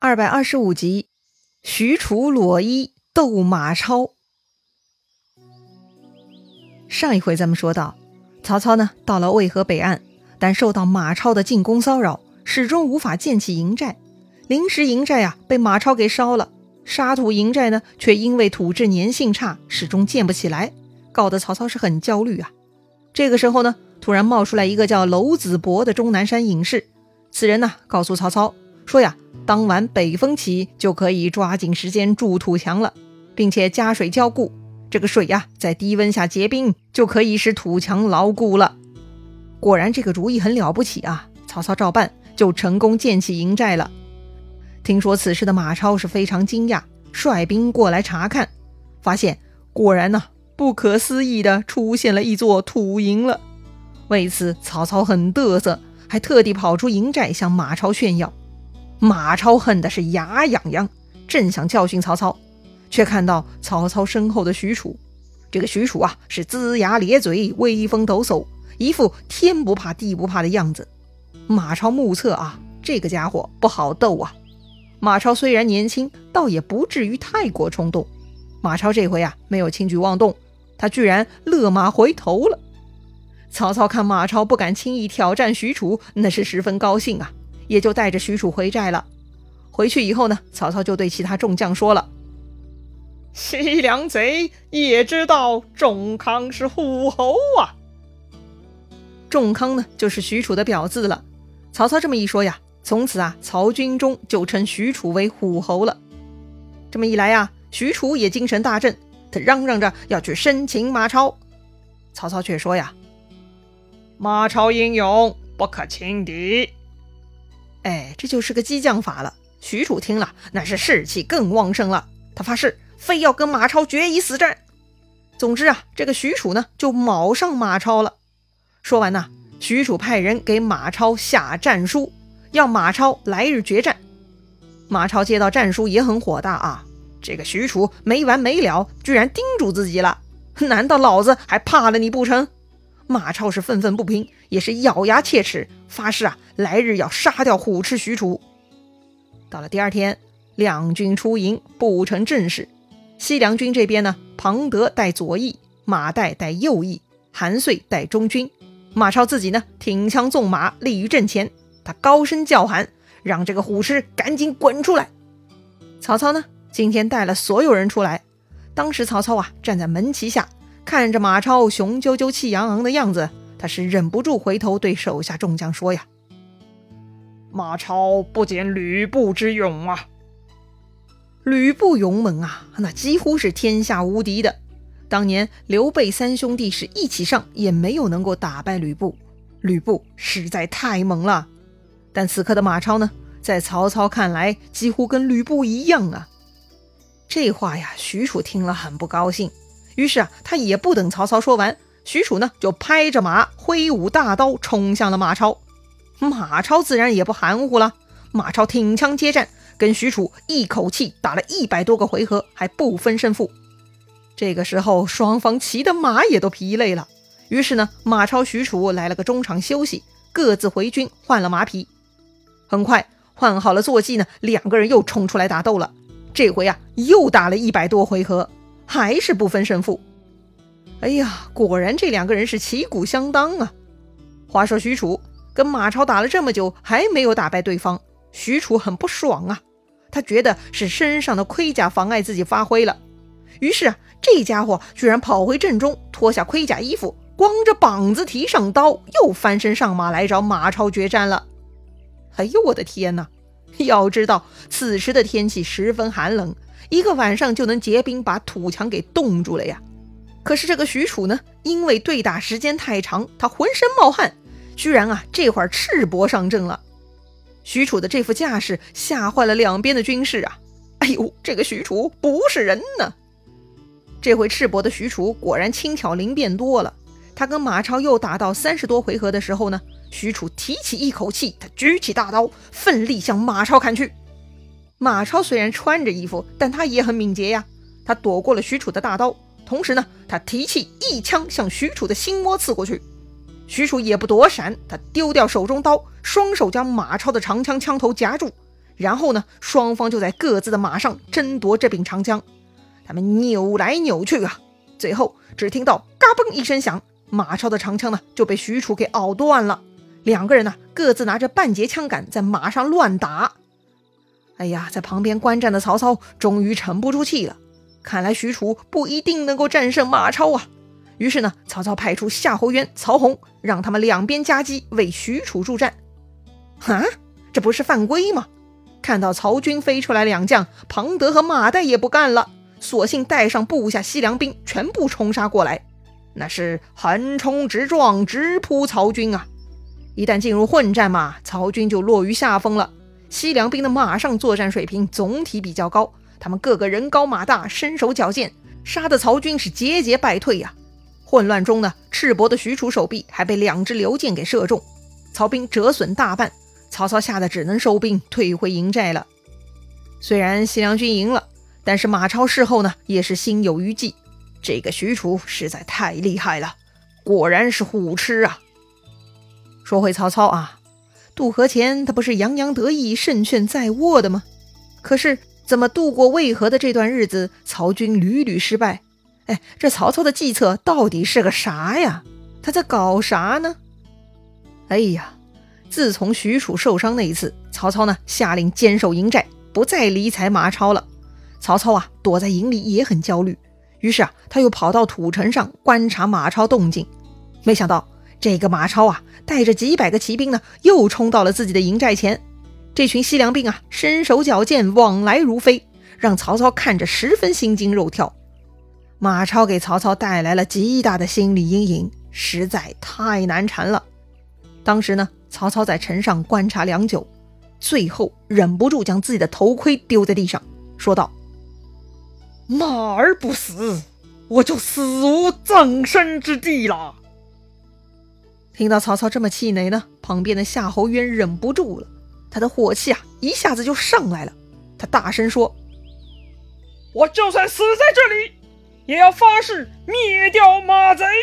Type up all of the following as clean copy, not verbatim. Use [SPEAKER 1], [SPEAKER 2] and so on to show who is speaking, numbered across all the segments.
[SPEAKER 1] 225集，许褚裸衣斗马超。上一回咱们说到，曹操呢到了渭河北岸，但受到马超的进攻骚扰，始终无法建起营寨。临时营寨被马超给烧了，沙土营寨呢却因为土质粘性差，始终建不起来，搞得曹操是很焦虑啊。这个时候呢，突然冒出来一个叫娄子伯的终南山隐士，此人呢告诉曹操说呀，当晚北风起，就可以抓紧时间筑土墙了，并且加水浇固，这个水在低温下结冰，就可以使土墙牢固了。果然这个主意很了不起啊，曹操照办，就成功建起营寨了。听说此事的马超是非常惊讶，率兵过来查看，发现果然不可思议的出现了一座土营了。为此曹操很得瑟，还特地跑出营寨向马超炫耀。马超恨的是牙痒痒，正想教训曹操，却看到曹操身后的许褚。这个许褚是龇牙咧嘴，威风抖擞，一副天不怕地不怕的样子。马超目测这个家伙不好斗啊。马超虽然年轻，倒也不至于太过冲动。马超这回没有轻举妄动，他居然勒马回头了。曹操看马超不敢轻易挑战许褚，那是十分高兴啊，也就带着许褚回寨了。回去以后呢，曹操就对其他众将说了，
[SPEAKER 2] 西凉贼也知道仲康是虎侯啊。
[SPEAKER 1] 仲康呢就是许褚的表字了。曹操这么一说呀，从此曹军中就称许褚为虎侯了。这么一来许褚也精神大振，他嚷嚷着要去生擒马超。曹操却说呀，
[SPEAKER 2] 马超英勇，不可轻敌。
[SPEAKER 1] 这就是个激将法了。许褚听了那是士气更旺盛了，他发誓非要跟马超决一死战。总之这个许褚呢就卯上马超了。说完许褚派人给马超下战书，要马超来日决战。马超接到战书也很火大这个许褚没完没了，居然叮嘱自己了，难道老子还怕了你不成？马超是愤愤不平，也是咬牙切齿，发誓来日要杀掉虎痴许褚。到了第二天，两军出营，布成阵势。西凉军这边呢，庞德带左翼，马岱带右翼，韩遂带中军。马超自己呢，挺枪纵马，立于阵前，他高声叫喊，让这个虎痴赶紧滚出来。曹操呢，今天带了所有人出来。当时曹操站在门旗下，看着马超雄赳赳气昂昂的样子，他是忍不住回头对手下众将说呀，
[SPEAKER 2] 马超不减吕布之勇啊。
[SPEAKER 1] 吕布勇猛那几乎是天下无敌的。当年刘备三兄弟是一起上，也没有能够打败吕布。吕布实在太猛了。但此刻的马超呢，在曹操看来几乎跟吕布一样这话许褚听了很不高兴，于是他也不等曹操说完，许褚呢就拍着马，挥舞大刀冲向了马超。马超自然也不含糊了，马超挺枪接战，跟许褚一口气打了100多个回合，还不分胜负。这个时候双方骑的马也都疲累了，于是呢，马超许褚来了个中场休息，各自回军换了马匹。很快换好了坐骑呢，两个人又冲出来打斗了。这回又打了100多回合，还是不分胜负。果然这两个人是旗鼓相当话说许褚跟马超打了这么久，还没有打败对方，许褚很不爽他觉得是身上的盔甲妨碍自己发挥了。于是这家伙居然跑回阵中，脱下盔甲衣服，光着膀子提上刀，又翻身上马来找马超决战了。我的天哪！要知道此时的天气十分寒冷，一个晚上就能结冰，把土墙给冻住了呀。可是这个许褚呢，因为对打时间太长，他浑身冒汗，居然这会儿赤膊上阵了。许褚的这副架势吓坏了两边的军士这个许褚不是人呢。这回赤膊的许褚果然轻巧灵便多了。他跟马超又打到30多回合的时候呢，许褚提起一口气，他举起大刀，奋力向马超砍去。马超虽然穿着衣服，但他也很敏捷呀，他躲过了许褚的大刀，同时呢，他提气一枪向许褚的心窝刺过去。许褚也不躲闪，他丢掉手中刀，双手将马超的长枪枪头夹住， 然后呢，双方就在各自的马上争夺这柄长枪。他们扭来扭去啊，最后只听到嘎嘣一声响，马超的长枪呢就被许褚给拗断了。两个人呢各自拿着半截枪杆在马上乱打。哎呀，在旁边观战的曹操终于沉不住气了，看来许褚不一定能够战胜马超啊。于是呢，曹操派出夏侯渊、曹洪，让他们两边夹击，为许褚助战。这不是犯规吗？看到曹军飞出来两将，庞德和马岱也不干了，索性带上部下西凉兵全部冲杀过来，那是横冲直撞，直扑曹军啊！一旦进入混战嘛，曹军就落于下风了。西凉兵的马上作战水平总体比较高，他们个个人高马大，身手矫健，杀得曹军是节节败退呀。混乱中呢，赤膊的许褚手臂还被2支流箭给射中，曹兵折损大半，曹操吓得只能收兵退回营寨了。虽然西凉军赢了，但是马超事后呢也是心有余悸，这个许褚实在太厉害了，果然是虎痴啊。说回曹操啊，渡河前他不是洋洋得意，胜券在握的吗？可是怎么渡过渭河的这段日子，曹军屡屡失败？这曹操的计策到底是个啥呀？他在搞啥呢？哎呀，自从许褚受伤那一次，曹操呢下令坚守营寨，不再理睬马超了。曹操啊躲在营里也很焦虑，于是他又跑到土城上观察马超动静。没想到这个马超啊带着几百个骑兵呢，又冲到了自己的营寨前。这群西凉兵啊身手矫健，往来如飞，让曹操看着十分心惊肉跳。马超给曹操带来了极大的心理阴影，实在太难缠了。当时呢，曹操在城上观察良久，最后忍不住将自己的头盔丢在地上，说道：
[SPEAKER 2] 马儿不死，我就死无葬身之地了。
[SPEAKER 1] 听到曹操这么气馁呢，旁边的夏侯渊忍不住了，他的火气一下子就上来了。他大声说：
[SPEAKER 2] 我就算死在这里，也要发誓灭掉马贼。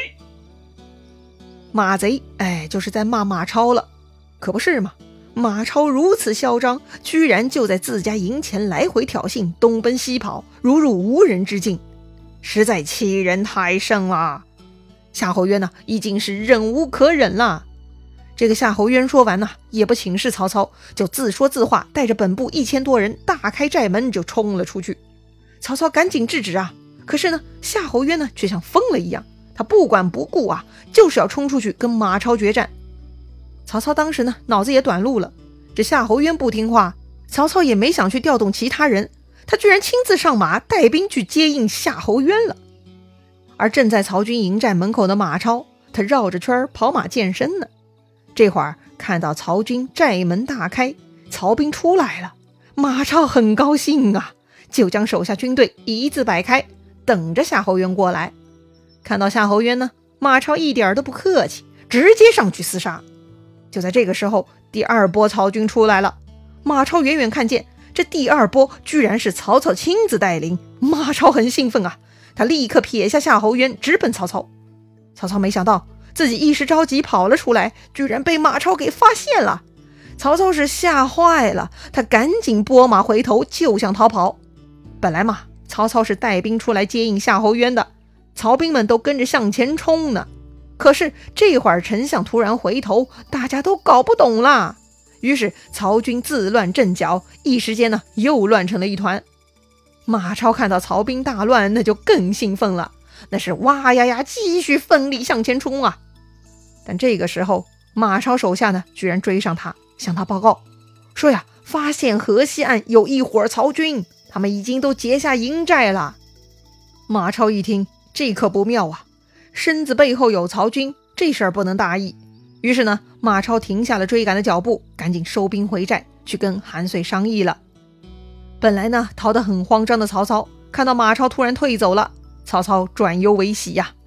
[SPEAKER 1] 马贼，就是在骂马超了。可不是嘛，马超如此嚣张，居然就在自家营前来回挑衅，东奔西跑，如入无人之境，实在欺人太甚了。夏侯渊呢已经是忍无可忍了。这个夏侯渊说完呢，也不请示曹操，就自说自话，带着本部1000多人大开寨门就冲了出去。曹操赶紧制止啊，可是呢，夏侯渊呢却像疯了一样，他不管不顾啊，就是要冲出去跟马超决战。曹操当时呢脑子也短路了，这夏侯渊不听话，曹操也没想去调动其他人，他居然亲自上马带兵去接应夏侯渊了。而正在曹军营寨门口的马超，他绕着圈跑马健身呢。这会儿看到曹军寨门大开，曹兵出来了，马超很高兴啊，就将手下军队一字摆开，等着夏侯渊过来。看到夏侯渊呢，马超一点都不客气，直接上去厮杀。就在这个时候，第2波曹军出来了，马超远远看见这第2波居然是曹操亲自带领，马超很兴奋啊，他立刻撇下夏侯渊，直奔曹操。曹操没想到自己一时着急跑了出来，居然被马超给发现了。曹操是吓坏了，他赶紧拨马回头就想逃跑。本来嘛，曹操是带兵出来接应夏侯渊的，曹兵们都跟着向前冲呢。可是这会儿丞相突然回头，大家都搞不懂了。于是曹军自乱阵脚，一时间呢又乱成了一团。马超看到曹兵大乱，那就更兴奋了，那是哇呀呀继续奋力向前冲啊。但这个时候马超手下呢居然追上他，向他报告说呀，发现河西岸有一伙曹军，他们已经都结下营寨了。马超一听，这可不妙啊，身子背后有曹军，这事儿不能大意。于是呢，马超停下了追赶的脚步，赶紧收兵回寨，去跟韩遂商议了。本来呢逃得很慌张的曹操，看到马超突然退走了，曹操转忧为喜呀，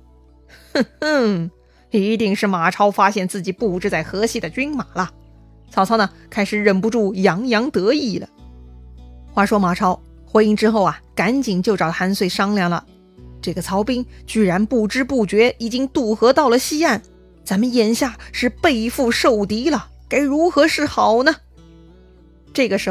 [SPEAKER 1] 一定是马超发现自己布置在河西的军马了。曹操呢开始忍不住洋洋得意了。话说马超回营之后啊，赶紧就找韩遂商量了。这个曹兵居然不知不觉已经渡河到了西岸，咱们眼下是背腹受敌了，该如何是好呢？这个时候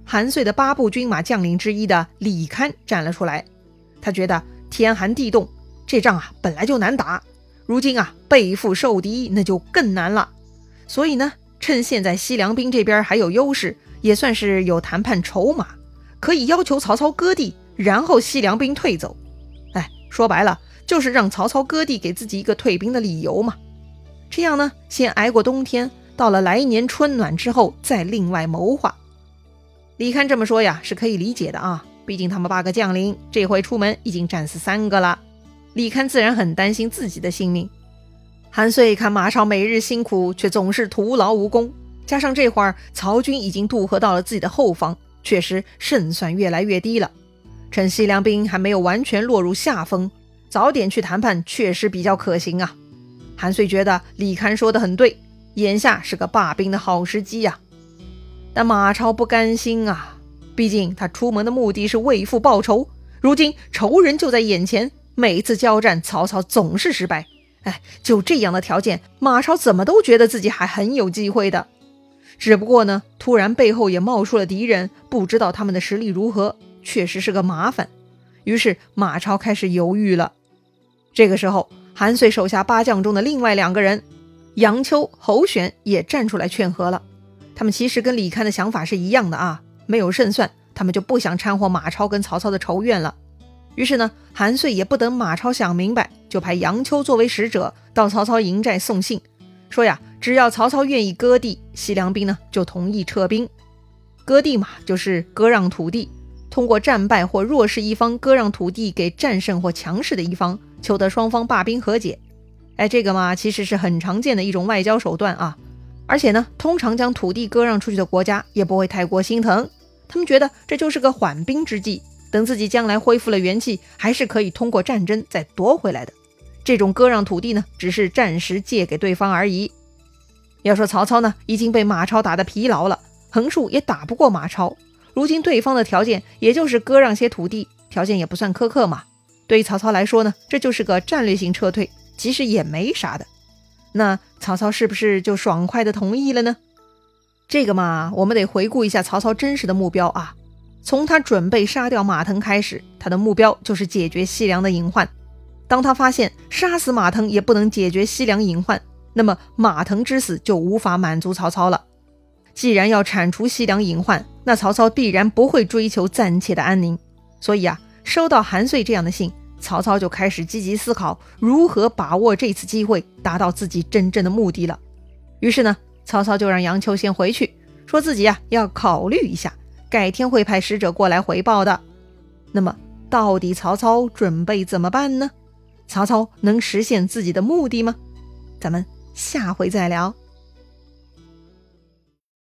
[SPEAKER 1] 韩遂的8部军马将领之一的李堪站了出来。他觉得天寒地冻，这仗本来就难打，如今背腹受敌，那就更难了。所以呢，趁现在西凉兵这边还有优势，也算是有谈判筹码，可以要求曹操割地，然后西凉兵退走。说白了就是让曹操割地，给自己一个退兵的理由嘛。这样呢，先挨过冬天，到了来年春暖之后再另外谋划。李堪这么说呀，是可以理解的毕竟他们8个将领这回出门已经战死3个了，李堪自然很担心自己的性命。韩遂看马超每日辛苦，却总是徒劳无功，加上这会儿曹军已经渡河到了自己的后方，确实胜算越来越低了。趁西凉兵还没有完全落入下风，早点去谈判确实比较可行啊。韩遂觉得李堪说的很对，眼下是个罢兵的好时机呀。但马超不甘心毕竟他出门的目的是为父报仇，如今仇人就在眼前，每一次交战曹操总是失败。就这样的条件，马超怎么都觉得自己还很有机会的。只不过呢，突然背后也冒出了敌人，不知道他们的实力如何，确实是个麻烦。于是马超开始犹豫了。这个时候，韩遂手下8将中的另外2个人杨秋、侯选也站出来劝和了。他们其实跟李堪的想法是一样的没有胜算，他们就不想掺和马超跟曹操的仇怨了。于是呢，韩遂也不等马超想明白，就派杨秋作为使者到曹操营寨送信，说只要曹操愿意割地，西凉兵呢就同意撤兵。割地嘛，就是割让土地，通过战败或弱势一方割让土地给战胜或强势的一方，求得双方罢兵和解。这个嘛，其实是很常见的一种外交手段而且呢，通常将土地割让出去的国家也不会太过心疼，他们觉得这就是个缓兵之计，等自己将来恢复了元气，还是可以通过战争再夺回来的。这种割让土地呢，只是暂时借给对方而已。要说曹操呢，已经被马超打得疲劳了，横竖也打不过马超，如今对方的条件也就是割让些土地，条件也不算苛刻嘛。对于曹操来说呢，这就是个战略性撤退，其实也没啥的。那曹操是不是就爽快的同意了呢？这个嘛，我们得回顾一下曹操真实的目标从他准备杀掉马腾开始，他的目标就是解决西凉的隐患。当他发现杀死马腾也不能解决西凉隐患，那么马腾之死就无法满足曹操了。既然要铲除西凉隐患，那曹操必然不会追求暂且的安宁。所以收到韩遂这样的信，曹操就开始积极思考如何把握这次机会，达到自己真正的目的了。于是呢，曹操就让杨秋先回去，说自己要考虑一下，改天会派使者过来回报的。那么到底曹操准备怎么办呢？曹操能实现自己的目的吗？咱们下回再聊。